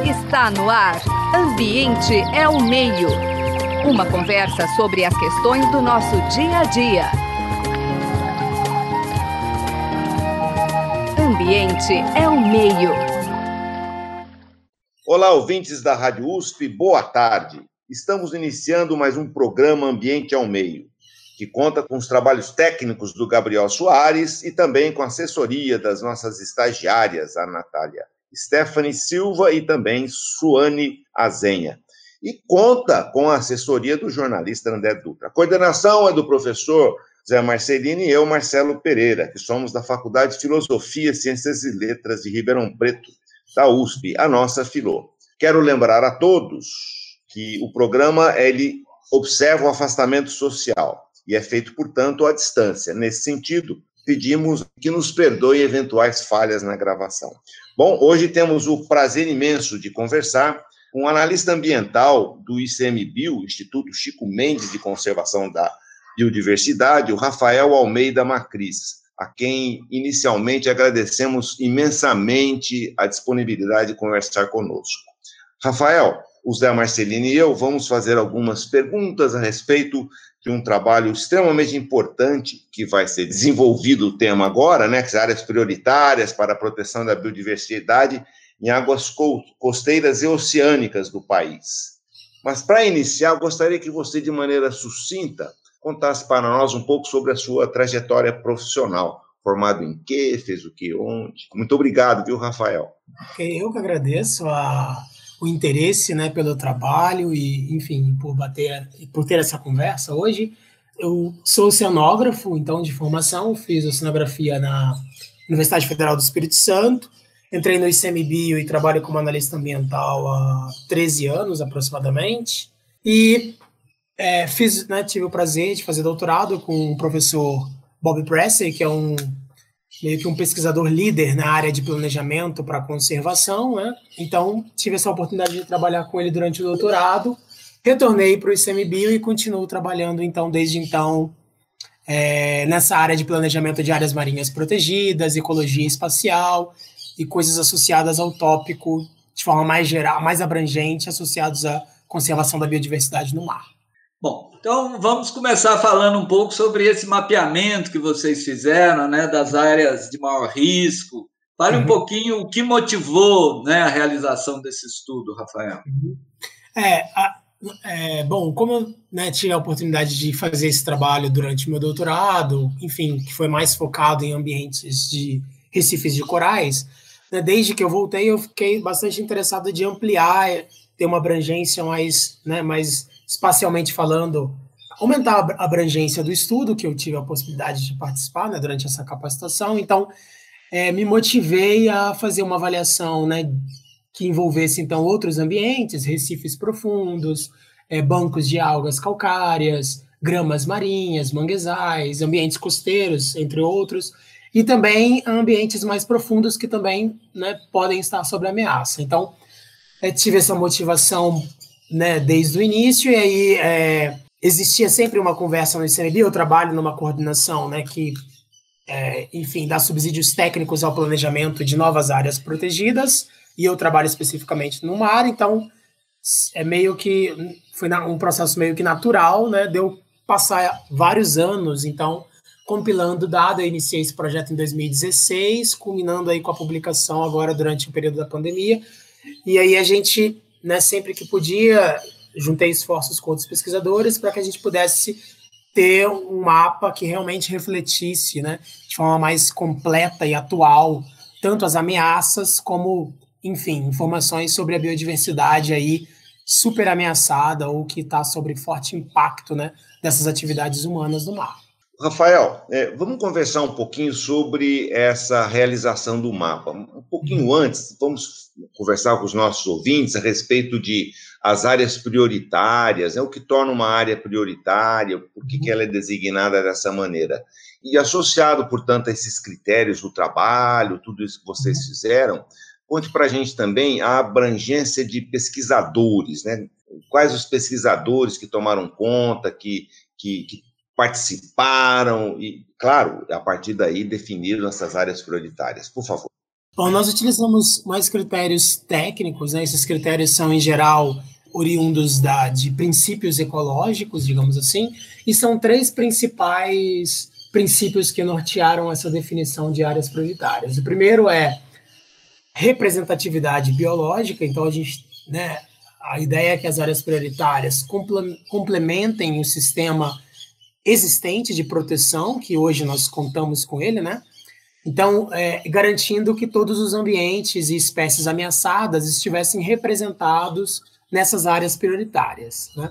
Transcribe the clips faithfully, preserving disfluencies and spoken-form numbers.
Está no ar. Ambiente é o meio. Uma conversa sobre as questões do nosso dia a dia. Ambiente é o meio. Olá, ouvintes da Rádio U S P, boa tarde. Estamos iniciando mais um programa Ambiente é o Meio, que conta com os trabalhos técnicos do Gabriel Soares e também com a assessoria das nossas estagiárias, a Natália Stephanie Silva e também Suane Azenha. E conta com a assessoria do jornalista André Dutra. A coordenação é do professor Zé Marcelino e eu, Marcelo Pereira, que somos da Faculdade de Filosofia, Ciências e Letras de Ribeirão Preto, da U S P, a nossa Filô. Quero lembrar a todos que o programa ele observa o afastamento social e é feito, portanto, à distância. Nesse sentido, pedimos que nos perdoe eventuais falhas na gravação. Bom, hoje temos o prazer imenso de conversar com o analista ambiental do ICMBio, Instituto Chico Mendes de Conservação da Biodiversidade, o Rafael Almeida Macris, a quem inicialmente agradecemos imensamente a disponibilidade de conversar conosco. Rafael, o Zé Marcelino e eu vamos fazer algumas perguntas a respeito de um trabalho extremamente importante que vai ser desenvolvido o tema agora, né, que são áreas prioritárias para a proteção da biodiversidade em águas costeiras e oceânicas do país. Mas, para iniciar, eu gostaria que você, de maneira sucinta, contasse para nós um pouco sobre a sua trajetória profissional. Formado em quê? Fez o quê? Onde? Muito obrigado, viu, Rafael? Eu que agradeço a... o interesse, né, pelo trabalho e, enfim, por bater, por ter essa conversa hoje. Eu sou oceanógrafo, então, de formação, fiz oceanografia na Universidade Federal do Espírito Santo, entrei no ICMBio e trabalho como analista ambiental há treze anos, aproximadamente, e é, fiz, né, tive o prazer de fazer doutorado com o professor Bob Pressey, que é um meio que um pesquisador líder na área de planejamento para conservação, né? Então, tive essa oportunidade de trabalhar com ele durante o doutorado, retornei para o ICMBio e continuo trabalhando, então, desde então, é, nessa área de planejamento de áreas marinhas protegidas, ecologia espacial e coisas associadas ao tópico de forma mais geral, mais abrangente, associados à conservação da biodiversidade no mar. Bom, então vamos começar falando um pouco sobre esse mapeamento que vocês fizeram, né, das áreas de maior risco. Fale uhum. um pouquinho o que motivou, né, a realização desse estudo, Rafael. Uhum. É, a, é, bom, como eu, né, tive a oportunidade de fazer esse trabalho durante o meu doutorado, enfim, que foi mais focado em ambientes de recifes de corais, né, desde que eu voltei eu fiquei bastante interessado de ampliar, ter uma abrangência mais, né, mais espacialmente falando, aumentar a abrangência do estudo, que eu tive a possibilidade de participar, né, durante essa capacitação. Então, é, me motivei a fazer uma avaliação, né, que envolvesse, então, outros ambientes, recifes profundos, é, bancos de algas calcárias, gramas marinhas, manguezais, ambientes costeiros, entre outros, e também ambientes mais profundos que também, né, podem estar sob ameaça. Então, é, tive essa motivação, né, desde o início, e aí é, existia sempre uma conversa no ICMBio. Eu trabalho numa coordenação, né, que, é, enfim, dá subsídios técnicos ao planejamento de novas áreas protegidas, e eu trabalho especificamente no mar, então é meio que, foi um processo meio que natural, né, de eu passar vários anos, então, compilando dado. Eu iniciei esse projeto em dois mil e dezesseis, culminando aí com a publicação agora durante o período da pandemia, e aí a gente, né, sempre que podia, juntei esforços com outros pesquisadores para que a gente pudesse ter um mapa que realmente refletisse, né, de forma mais completa e atual, tanto as ameaças como, enfim, informações sobre a biodiversidade aí super ameaçada ou que está sob forte impacto, né, dessas atividades humanas no mar. Rafael, é, vamos conversar um pouquinho sobre essa realização do mapa. Um pouquinho antes, vamos conversar com os nossos ouvintes a respeito de as áreas prioritárias, né, o que torna uma área prioritária, por que, que ela é designada dessa maneira. E associado, portanto, a esses critérios do trabalho, tudo isso que vocês fizeram, conte para a gente também a abrangência de pesquisadores, né? Quais os pesquisadores que tomaram conta, que, que, que participaram e, claro, a partir daí definiram essas áreas prioritárias. Por favor. Bom, nós utilizamos mais critérios técnicos, né? Esses critérios são, em geral, oriundos da, de princípios ecológicos, digamos assim, e são três principais princípios que nortearam essa definição de áreas prioritárias. O primeiro é representatividade biológica, então a gente, né, a ideia é que as áreas prioritárias complementem o sistema existente de proteção, que hoje nós contamos com ele, né? Então, é, garantindo que todos os ambientes e espécies ameaçadas estivessem representados nessas áreas prioritárias, né?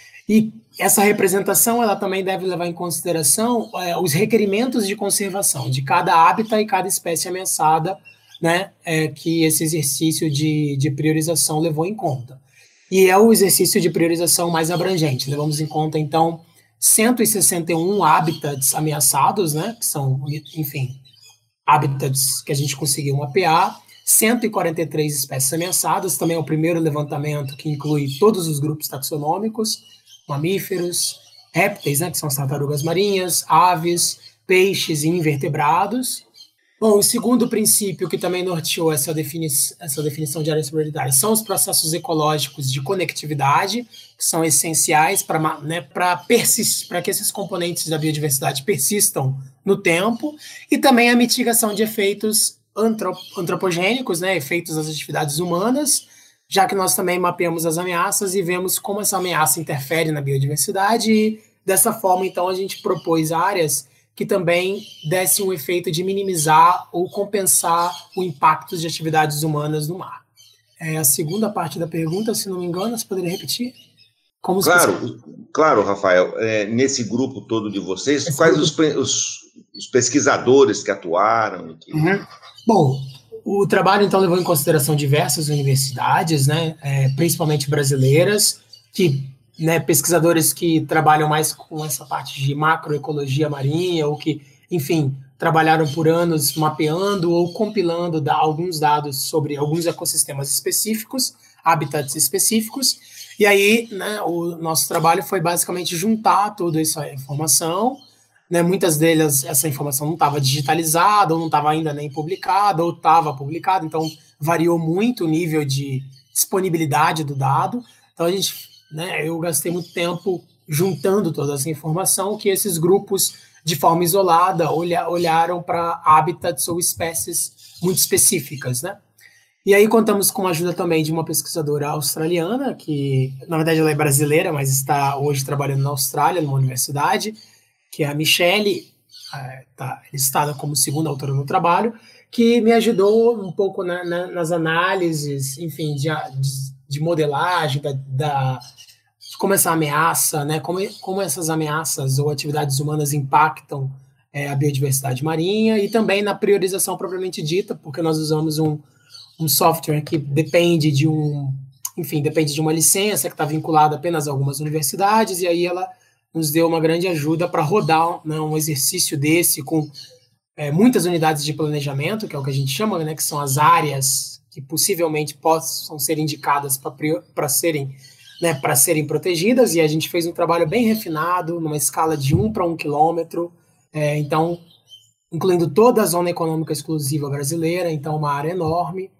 E essa representação, ela também deve levar em consideração é, os requerimentos de conservação de cada hábitat e cada espécie ameaçada, né, é, que esse exercício de, de priorização levou em conta. E é o exercício de priorização mais abrangente. Levamos em conta, então, cento e sessenta e um hábitats ameaçados, né, que são, enfim, hábitats que a gente conseguiu mapear, cento e quarenta e três espécies ameaçadas, também é o primeiro levantamento que inclui todos os grupos taxonômicos, mamíferos, répteis, né, que são as tartarugas marinhas, aves, peixes e invertebrados. Bom, o segundo princípio que também norteou essa, defini essa definição de áreas prioritárias são os processos ecológicos de conectividade, que são essenciais para, né, para que esses componentes da biodiversidade persistam no tempo, e também a mitigação de efeitos antrop antropogênicos, né, efeitos das atividades humanas, já que nós também mapeamos as ameaças e vemos como essa ameaça interfere na biodiversidade, e dessa forma, então, a gente propôs áreas que também desse um efeito de minimizar ou compensar o impacto de atividades humanas no mar. É a segunda parte da pergunta, se não me engano, você poderia repetir? Como claro, claro, Rafael. É, nesse grupo todo de vocês, Esse quais grupo... os, os, os pesquisadores que atuaram? Que... Uhum. Bom, o trabalho, então, levou em consideração diversas universidades, né, é, principalmente brasileiras, que... Né, pesquisadores que trabalham mais com essa parte de macroecologia marinha, ou que, enfim, trabalharam por anos mapeando ou compilando da, alguns dados sobre alguns ecossistemas específicos, habitats específicos, e aí, né, o nosso trabalho foi basicamente juntar toda essa informação, né, muitas delas, essa informação não estava digitalizada, ou não estava ainda nem publicada, ou estava publicada, então variou muito o nível de disponibilidade do dado, então a gente... Né, eu gastei muito tempo juntando toda essa informação que esses grupos, de forma isolada, olha, olharam para hábitats ou espécies muito específicas, né? E aí contamos com a ajuda também de uma pesquisadora australiana, que, na verdade, ela é brasileira, mas está hoje trabalhando na Austrália, numa universidade, que é a Michelle, está listada como segunda autora no trabalho, que me ajudou um pouco na, na, nas análises, enfim, de, de de modelagem, da, da, de como essa ameaça, né, como, como essas ameaças ou atividades humanas impactam é, a biodiversidade marinha, e também na priorização propriamente dita, porque nós usamos um, um software que depende de um, enfim, depende de uma licença que está vinculada apenas a algumas universidades, e aí ela nos deu uma grande ajuda para rodar, né, um exercício desse com é, muitas unidades de planejamento, que é o que a gente chama, né, que são as áreas que possivelmente possam ser indicadas para serem, né, para serem protegidas, e a gente fez um trabalho bem refinado, numa escala de um para um quilômetro, é, então, incluindo toda a zona econômica exclusiva brasileira, então uma área enorme,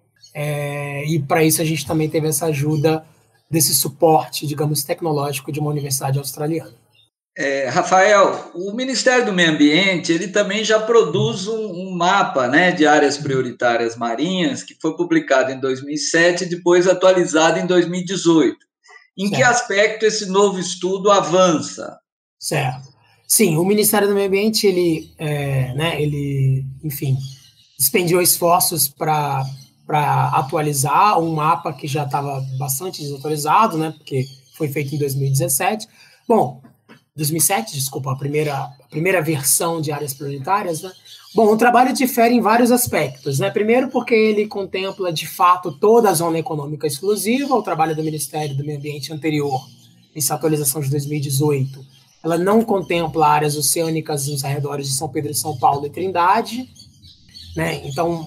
é, e para isso a gente também teve essa ajuda desse suporte, digamos, tecnológico de uma universidade australiana. É, Rafael, o Ministério do Meio Ambiente ele também já produz um, um mapa, né, de áreas prioritárias marinhas, que foi publicado em dois mil e sete e depois atualizado em dois mil e dezoito. Em certo. Que aspecto esse novo estudo avança? Certo. Sim, o Ministério do Meio Ambiente, ele, é, né, ele enfim, despendiu esforços para para atualizar um mapa que já estava bastante desatualizado, né, porque foi feito em dois mil e dezessete. Bom, dois mil e sete, desculpa, a primeira, a primeira versão de áreas prioritárias, né? Bom, o trabalho difere em vários aspectos, né? Primeiro porque ele contempla, de fato, toda a zona econômica exclusiva. O trabalho do Ministério do Meio Ambiente anterior, essa atualização de dois mil e dezoito, ela não contempla áreas oceânicas nos arredores de São Pedro, São Paulo e Trindade, né? Então,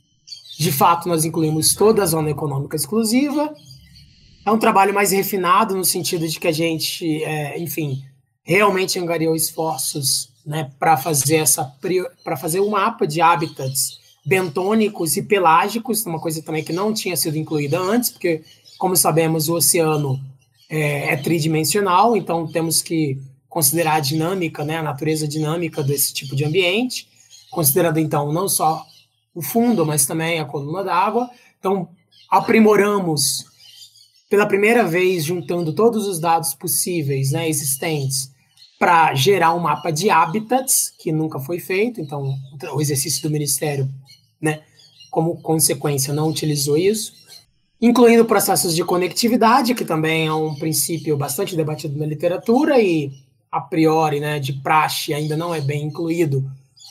de fato, nós incluímos toda a zona econômica exclusiva. É um trabalho mais refinado, no sentido de que a gente, é, enfim... realmente angariou esforços, né, para fazer essa para fazer um mapa de habitats bentônicos e pelágicos, uma coisa também que não tinha sido incluída antes, porque, como sabemos, o oceano é, é tridimensional, então temos que considerar a dinâmica, né, a natureza dinâmica desse tipo de ambiente, considerando, então, não só o fundo, mas também a coluna d'água. Então, aprimoramos, pela primeira vez, juntando todos os dados possíveis, né, existentes, para gerar um mapa de habitats, que nunca foi feito. Então, o exercício do Ministério, né, como consequência, não utilizou isso. Incluindo processos de conectividade, que também é um princípio bastante debatido na literatura e, a priori, né, de praxe, ainda não é bem incluído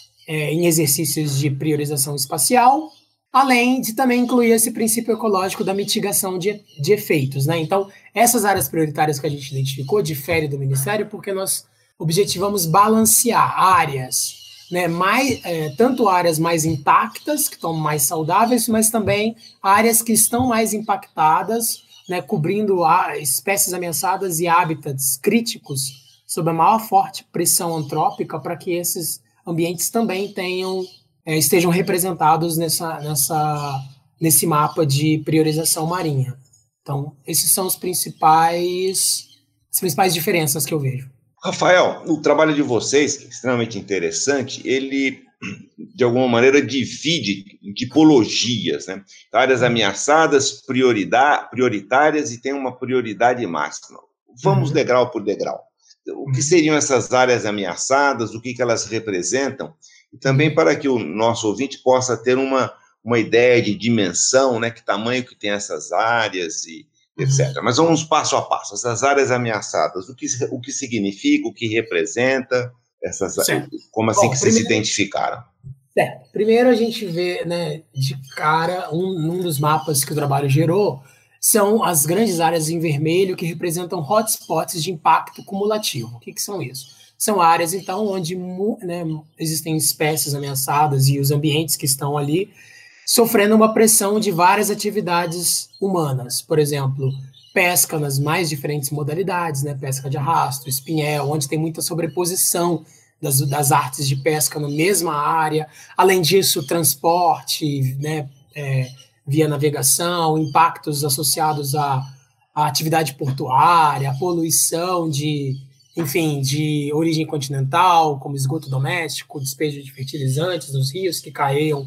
é, em exercícios de priorização espacial, além de também incluir esse princípio ecológico da mitigação de, de efeitos, né? Então, essas áreas prioritárias que a gente identificou diferem do Ministério porque nós objetivamos balancear áreas, né, mais, é, tanto áreas mais intactas, que estão mais saudáveis, mas também áreas que estão mais impactadas, né, cobrindo a, espécies ameaçadas e hábitats críticos sob a maior forte pressão antrópica para que esses ambientes também tenham, é, estejam representados nessa, nessa, nesse mapa de priorização marinha. Então, esses são os principais, as principais diferenças que eu vejo. Rafael, o trabalho de vocês, que é extremamente interessante, ele, de alguma maneira, divide em tipologias, né? Áreas ameaçadas, prioritárias e tem uma prioridade máxima. Vamos uhum. degrau por degrau. O que seriam essas áreas ameaçadas, o que, que elas representam, e também para que o nosso ouvinte possa ter uma, uma ideia de dimensão, né, que tamanho que tem essas áreas, e etcétera. Mas vamos passo a passo. Essas áreas ameaçadas, o que, o que significa, o que representa, essas, como assim Bom, que vocês se identificaram? Certo. Primeiro a gente vê, né, de cara, um, um dos mapas que o trabalho gerou, são as grandes áreas em vermelho que representam hotspots de impacto cumulativo. O que, que são isso? São áreas, então, onde, né, existem espécies ameaçadas e os ambientes que estão ali sofrendo uma pressão de várias atividades humanas. Por exemplo, pesca nas mais diferentes modalidades, né, pesca de arrasto, espinhel, onde tem muita sobreposição das, das artes de pesca na mesma área. Além disso, transporte, né, é, via navegação, impactos associados à, à atividade portuária, à poluição de, enfim, de origem continental, como esgoto doméstico, despejo de fertilizantes nos rios que caíam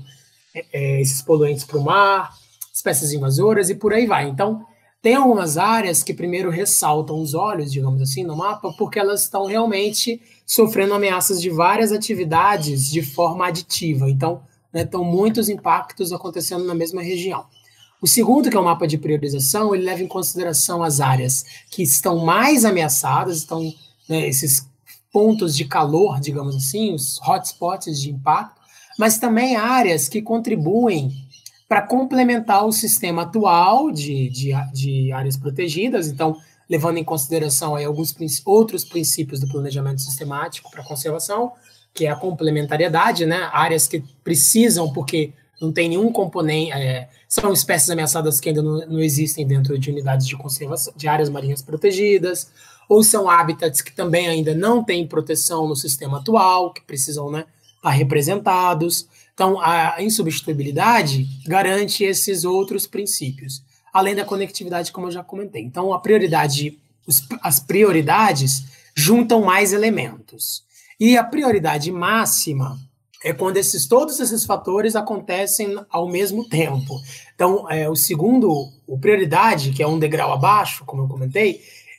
é, esses poluentes para o mar, espécies invasoras e por aí vai. Então, tem algumas áreas que primeiro ressaltam os olhos, digamos assim, no mapa, porque elas estão realmente sofrendo ameaças de várias atividades de forma aditiva. Então, né, estão muitos impactos acontecendo na mesma região. O segundo, que é o mapa de priorização, ele leva em consideração as áreas que estão mais ameaçadas, estão, né, esses pontos de calor, digamos assim, os hotspots de impacto, mas também áreas que contribuem para complementar o sistema atual de, de, de áreas protegidas, então, levando em consideração aí alguns outros princípios do planejamento sistemático para conservação, que é a complementariedade, né? Áreas que precisam, porque não tem nenhum componente, é, são espécies ameaçadas que ainda não, não existem dentro de unidades de conservação, de áreas marinhas protegidas, ou são hábitats que também ainda não têm proteção no sistema atual, que precisam, né, estar representados. Então, a insubstituibilidade garante esses outros princípios, além da conectividade, como eu já comentei. Então, a prioridade, os, as prioridades juntam mais elementos. E a prioridade máxima é quando esses, todos esses fatores acontecem ao mesmo tempo. Então, é, o segundo, a prioridade, que é um degrau abaixo, como eu comentei,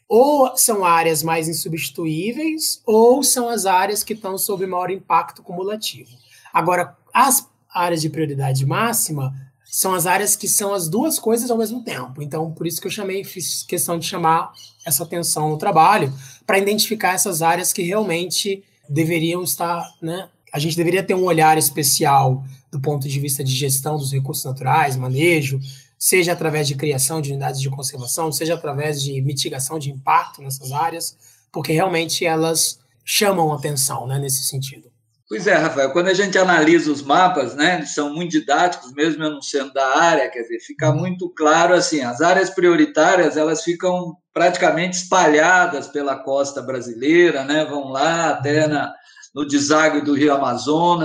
ou são áreas mais insubstituíveis, ou são as áreas que estão sob maior impacto cumulativo. Agora, as áreas de prioridade máxima são as áreas que são as duas coisas ao mesmo tempo. Então, por isso que eu chamei, fiz questão de chamar essa atenção no trabalho, para identificar essas áreas que realmente deveriam estar, né? A gente deveria ter um olhar especial do ponto de vista de gestão dos recursos naturais, manejo, seja através de criação de unidades de conservação, seja através de mitigação de impacto nessas áreas, porque realmente elas chamam atenção, né, nesse sentido. Pois é, Rafael, quando a gente analisa os mapas, né, eles são muito didáticos, mesmo eu não sendo da área, quer dizer, fica muito claro, assim, as áreas prioritárias, elas ficam praticamente espalhadas pela costa brasileira, né, vão lá até na, no deságue do Rio Amazonas.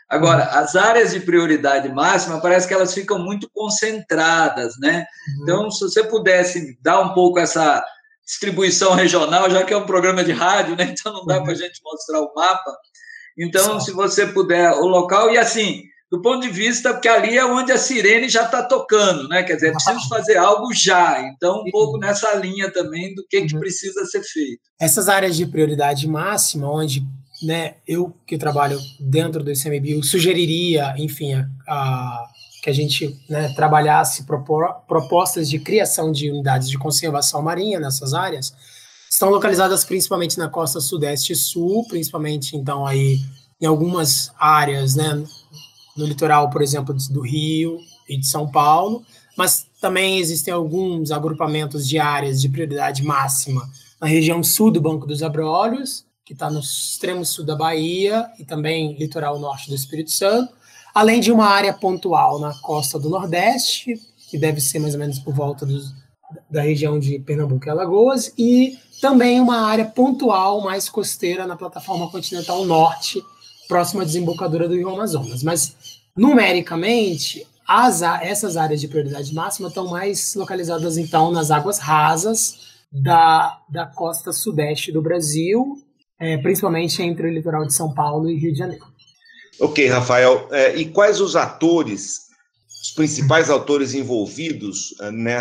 Agora, as áreas de prioridade máxima, parece que elas ficam muito concentradas, né? Uhum. Então, se você pudesse dar um pouco essa distribuição regional, já que é um programa de rádio, né? Então não dá uhum. para a gente mostrar o mapa. Então, Sim. se você puder, o local, e assim, do ponto de vista, porque ali é onde a sirene já está tocando, né? Quer dizer, é preciso fazer algo já. Então, um pouco nessa linha também do que, uhum. que precisa ser feito. Essas áreas de prioridade máxima, onde, né, eu que trabalho dentro do I C M B I U sugeriria, enfim, a, a, que a gente, né, trabalhasse propor, propostas de criação de unidades de conservação marinha nessas áreas, estão localizadas principalmente na costa sudeste e sul, principalmente, então, aí, em algumas áreas, né, no litoral, por exemplo, do Rio e de São Paulo, mas também existem alguns agrupamentos de áreas de prioridade máxima na região sul do Banco dos Abrolhos, que está no extremo sul da Bahia e também litoral norte do Espírito Santo, além de uma área pontual na costa do Nordeste, que deve ser mais ou menos por volta dos, da região de Pernambuco e Alagoas, e também uma área pontual mais costeira na plataforma continental norte, próxima à desembocadura do Rio Amazonas. Mas, numericamente, as, essas áreas de prioridade máxima estão mais localizadas, então, nas águas rasas da, da costa sudeste do Brasil, é, principalmente entre o litoral de São Paulo e Rio de Janeiro. Ok, Rafael. É, e quais os atores, os principais atores envolvidos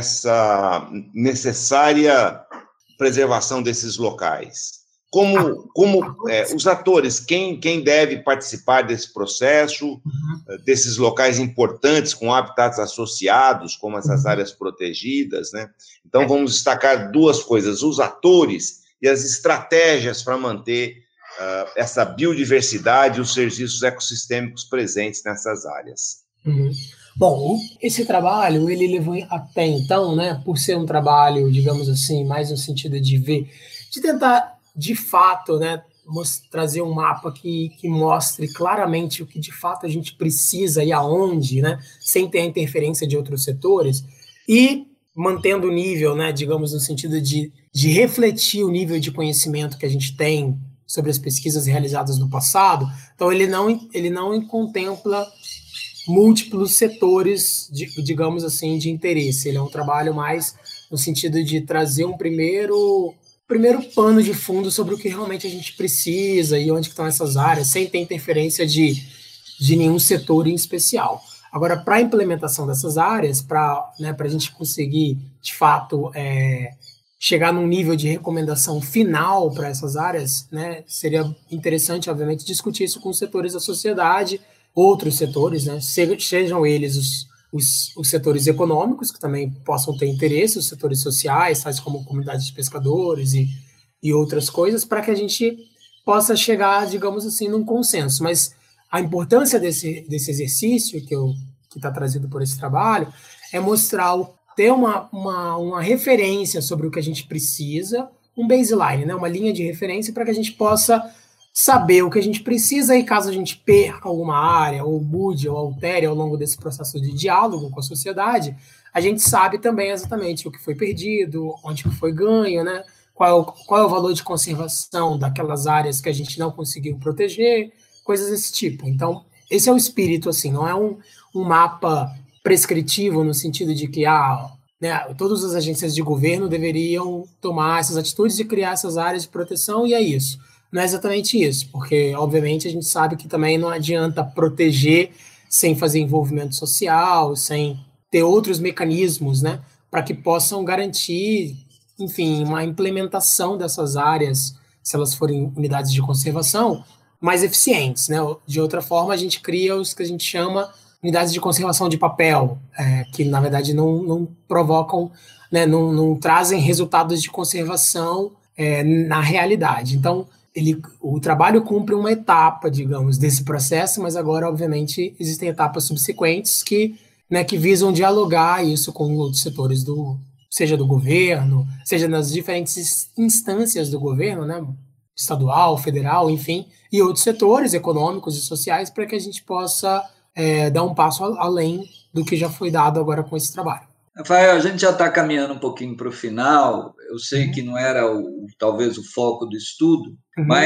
nessa necessária preservação desses locais? Como, como é, os atores, quem, quem deve participar desse processo, uhum. desses locais importantes com habitats associados, como essas uhum. áreas protegidas, né? Então, é. vamos destacar duas coisas, os atores e as estratégias para manter uh, essa biodiversidade e os serviços ecossistêmicos presentes nessas áreas. Uhum. Bom, esse trabalho, ele levou até então, né, por ser um trabalho, digamos assim, mais no sentido de ver, de tentar, de fato, né, trazer um mapa que, que mostre claramente o que de fato a gente precisa e aonde, né, sem ter a interferência de outros setores, e mantendo o nível, né, digamos, no sentido de, de refletir o nível de conhecimento que a gente tem sobre as pesquisas realizadas no passado. Então, ele não, ele não contempla múltiplos setores, de, digamos assim, de interesse. Ele é um trabalho mais no sentido de trazer um primeiro, primeiro pano de fundo sobre o que realmente a gente precisa e onde estão essas áreas, sem ter interferência de, de nenhum setor em especial. Agora, para a implementação dessas áreas, para, né, para a gente conseguir, de fato, é, chegar num nível de recomendação final para essas áreas, né, seria interessante, obviamente, discutir isso com os setores da sociedade, outros setores, né, sejam eles os, os, os setores econômicos, que também possam ter interesse, os setores sociais, tais como comunidades de pescadores e, e outras coisas, para que a gente possa chegar, digamos assim, num consenso. Mas a importância desse, desse exercício que eu, que está trazido por esse trabalho é mostrar, o, ter uma, uma, uma referência sobre o que a gente precisa, um baseline, né, uma linha de referência para que a gente possa saber o que a gente precisa e caso a gente perca alguma área, ou mude, ou altere ao longo desse processo de diálogo com a sociedade, a gente sabe também exatamente o que foi perdido, onde foi ganho, né? Qual é o, qual é o valor de conservação daquelas áreas que a gente não conseguiu proteger, coisas desse tipo. Então, esse é o espírito, assim, não é um, um mapa prescritivo no sentido de que ah, né, todas as agências de governo deveriam tomar essas atitudes de criar essas áreas de proteção e é isso. Não é exatamente isso, porque, obviamente, a gente sabe que também não adianta proteger sem fazer envolvimento social, sem ter outros mecanismos, né, para que possam garantir, enfim, uma implementação dessas áreas, se elas forem unidades de conservação, mais eficientes, né? De outra forma, a gente cria os que a gente chama unidades de conservação de papel, é, que, na verdade, não, não provocam, né, não, não trazem resultados de conservação é, na realidade. Então, Ele, o trabalho cumpre uma etapa, digamos, desse processo, mas agora, obviamente, existem etapas subsequentes que, né, que visam dialogar isso com outros setores, do, seja do governo, seja nas diferentes instâncias do governo, né, estadual, federal, enfim, e outros setores econômicos e sociais para que a gente possa é, dar um passo além do que já foi dado agora com esse trabalho. Rafael, a gente já está caminhando um pouquinho para o final. Eu sei uhum. que não era o, talvez o foco do estudo, uhum. mas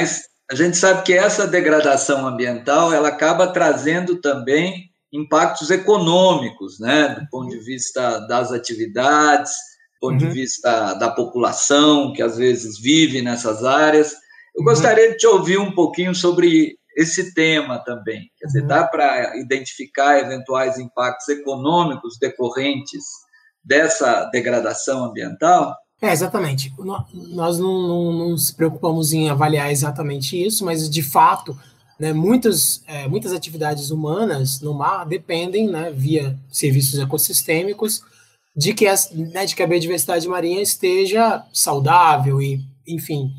a gente sabe que essa degradação ambiental ela acaba trazendo também impactos econômicos, né, do ponto de vista das atividades, do ponto uhum. de vista da população que às vezes vive nessas áreas. Eu uhum. gostaria de te ouvir um pouquinho sobre esse tema também. Quer dizer, uhum. dá para identificar eventuais impactos econômicos decorrentes dessa degradação ambiental? É, exatamente. Nós não, não, não nos preocupamos em avaliar exatamente isso, mas, de fato, né, muitas, é, muitas atividades humanas no mar dependem, né, via serviços ecossistêmicos, de que, as, né, de que a biodiversidade marinha esteja saudável e, enfim,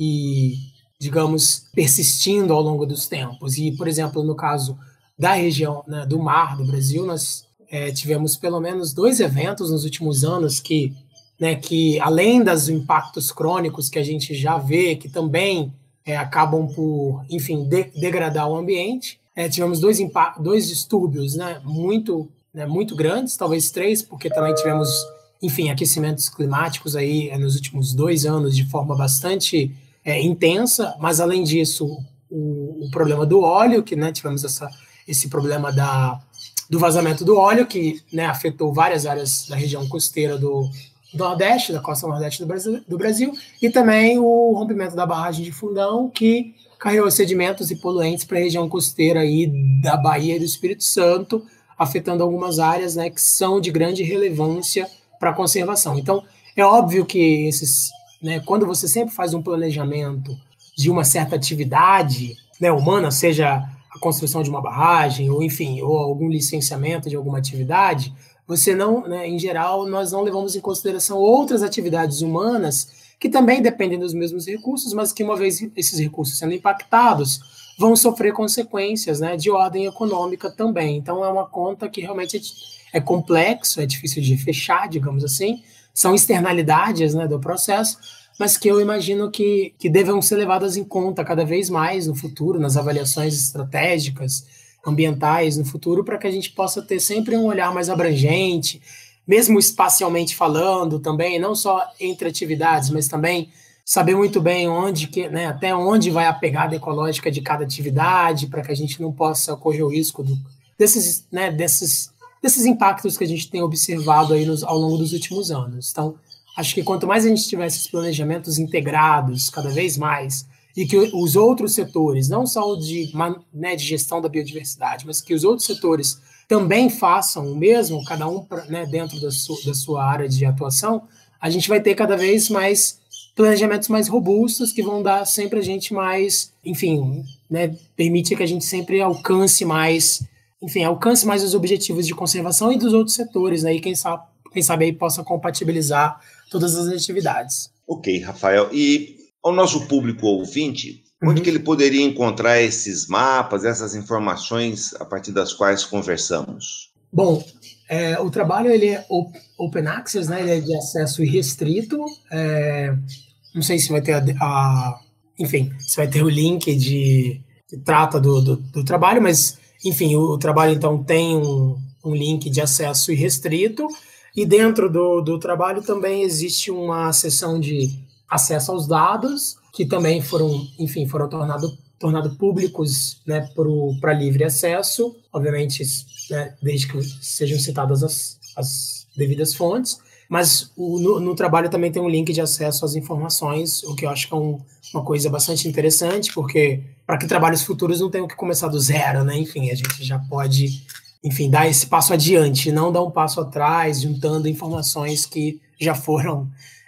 e, digamos, persistindo ao longo dos tempos. E, por exemplo, no caso da região, né, do mar do Brasil, nós é, tivemos pelo menos dois eventos nos últimos anos que Né, que além dos impactos crônicos que a gente já vê, que também é, acabam por, enfim, de, degradar o ambiente, é, tivemos dois, dois distúrbios, né, muito, né, muito grandes, talvez três, porque também tivemos, enfim, aquecimentos climáticos aí é, nos últimos dois anos de forma bastante é, intensa, mas além disso, o, o problema do óleo, que, né, tivemos essa, esse problema da, do vazamento do óleo, que, né, afetou várias áreas da região costeira do do Nordeste, da costa Nordeste do Brasil, do Brasil, e também o rompimento da barragem de Fundão, que carregou sedimentos e poluentes para a região costeira aí da Bahia e do Espírito Santo, afetando algumas áreas, né, que são de grande relevância para a conservação. Então, é óbvio que esses, né, quando você sempre faz um planejamento de uma certa atividade, né, humana, seja a construção de uma barragem, ou enfim, ou algum licenciamento de alguma atividade, você não, né, em geral, nós não levamos em consideração outras atividades humanas que também dependem dos mesmos recursos, mas que, uma vez esses recursos sendo impactados, vão sofrer consequências, né, de ordem econômica também. Então, é uma conta que realmente é complexo, é difícil de fechar, digamos assim, são externalidades, né, do processo, mas que eu imagino que, que devam ser levadas em conta cada vez mais no futuro, nas avaliações estratégicas, ambientais no futuro, para que a gente possa ter sempre um olhar mais abrangente, mesmo espacialmente falando também, não só entre atividades, mas também saber muito bem onde que, né, até onde vai a pegada ecológica de cada atividade, para que a gente não possa correr o risco do, desses, né, desses, desses impactos que a gente tem observado aí nos, ao longo dos últimos anos. Então, acho que quanto mais a gente tiver esses planejamentos integrados cada vez mais, e que os outros setores, não só o de, né, de gestão da biodiversidade, mas que os outros setores também façam o mesmo, cada um, né, dentro da sua, da sua área de atuação, a gente vai ter cada vez mais planejamentos mais robustos que vão dar sempre a gente mais, enfim, né, permite que a gente sempre alcance mais, enfim, alcance mais os objetivos de conservação e dos outros setores, né, e quem sabe, quem sabe aí possa compatibilizar todas as atividades. Ok, Rafael. E ao nosso público ouvinte, onde uhum. que ele poderia encontrar esses mapas, essas informações a partir das quais conversamos? Bom, é, o trabalho ele é open access, né? Ele é de acesso irrestrito. É, não sei se vai ter a, a, enfim, se vai ter o link de, que trata do, do, do trabalho, mas, enfim, o, o trabalho então tem um, um link de acesso irrestrito e dentro do, do trabalho também existe uma seção de acesso aos dados, que também foram, enfim, foram tornados tornado públicos, né, para livre acesso, obviamente, né, desde que sejam citadas as, as devidas fontes, mas o, no, no trabalho também tem um link de acesso às informações, o que eu acho que é um, uma coisa bastante interessante, porque para que trabalhos futuros não tenham que começar do zero, né, enfim, a gente já pode, enfim, dar esse passo adiante, não dar um passo atrás, juntando informações que já foram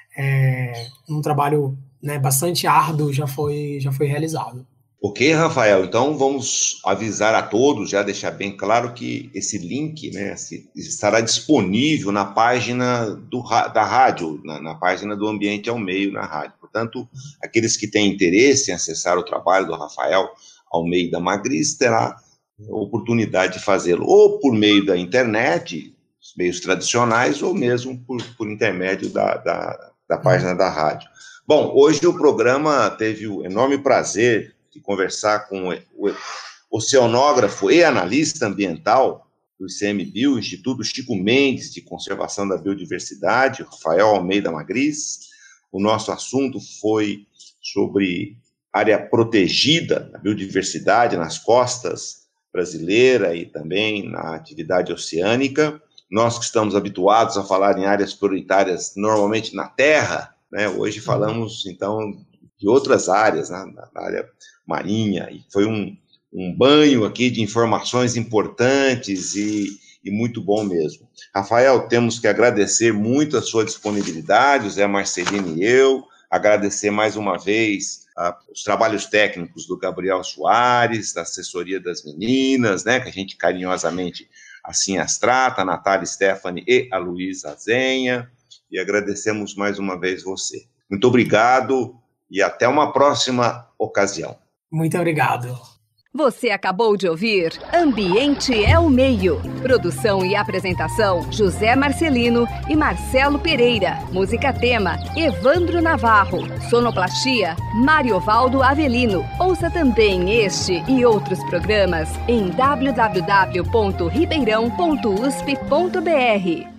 É, um trabalho, né, bastante árduo já foi, já foi realizado. Ok, Rafael, então vamos avisar a todos, já deixar bem claro que esse link, né, estará disponível na página do, da rádio, na, na página do Ambiente ao Meio na rádio. Portanto, aqueles que têm interesse em acessar o trabalho do Rafael Almeida Magris terá oportunidade de fazê-lo ou por meio da internet, os meios tradicionais, ou mesmo por, por intermédio da, da da página da rádio. Bom, hoje o programa teve o enorme prazer de conversar com o oceanógrafo e analista ambiental do I C M Bio, Instituto Chico Mendes de Conservação da Biodiversidade, Rafael Almeida Magris. O nosso assunto foi sobre área protegida, na biodiversidade, nas costas brasileira e também na atividade oceânica. Nós que estamos habituados a falar em áreas prioritárias normalmente na terra, né, hoje falamos, então, de outras áreas, né, na área marinha, e foi um, um banho aqui de informações importantes e, e muito bom mesmo. Rafael, temos que agradecer muito a sua disponibilidade, o Zé Marcelino e eu, agradecer mais uma vez a, os trabalhos técnicos do Gabriel Soares, da assessoria das meninas, né, que a gente carinhosamente assim as trata, a Natália Stephanie e a Luísa Zenha, e agradecemos mais uma vez você. Muito obrigado e até uma próxima ocasião. Muito obrigado. Você acabou de ouvir Ambiente é o Meio. Produção e apresentação, José Marcelino e Marcelo Pereira. Música tema, Evandro Navarro. Sonoplastia, Mariovaldo Avelino. Ouça também este e outros programas em w w w ponto ribeirão ponto u s p ponto b r.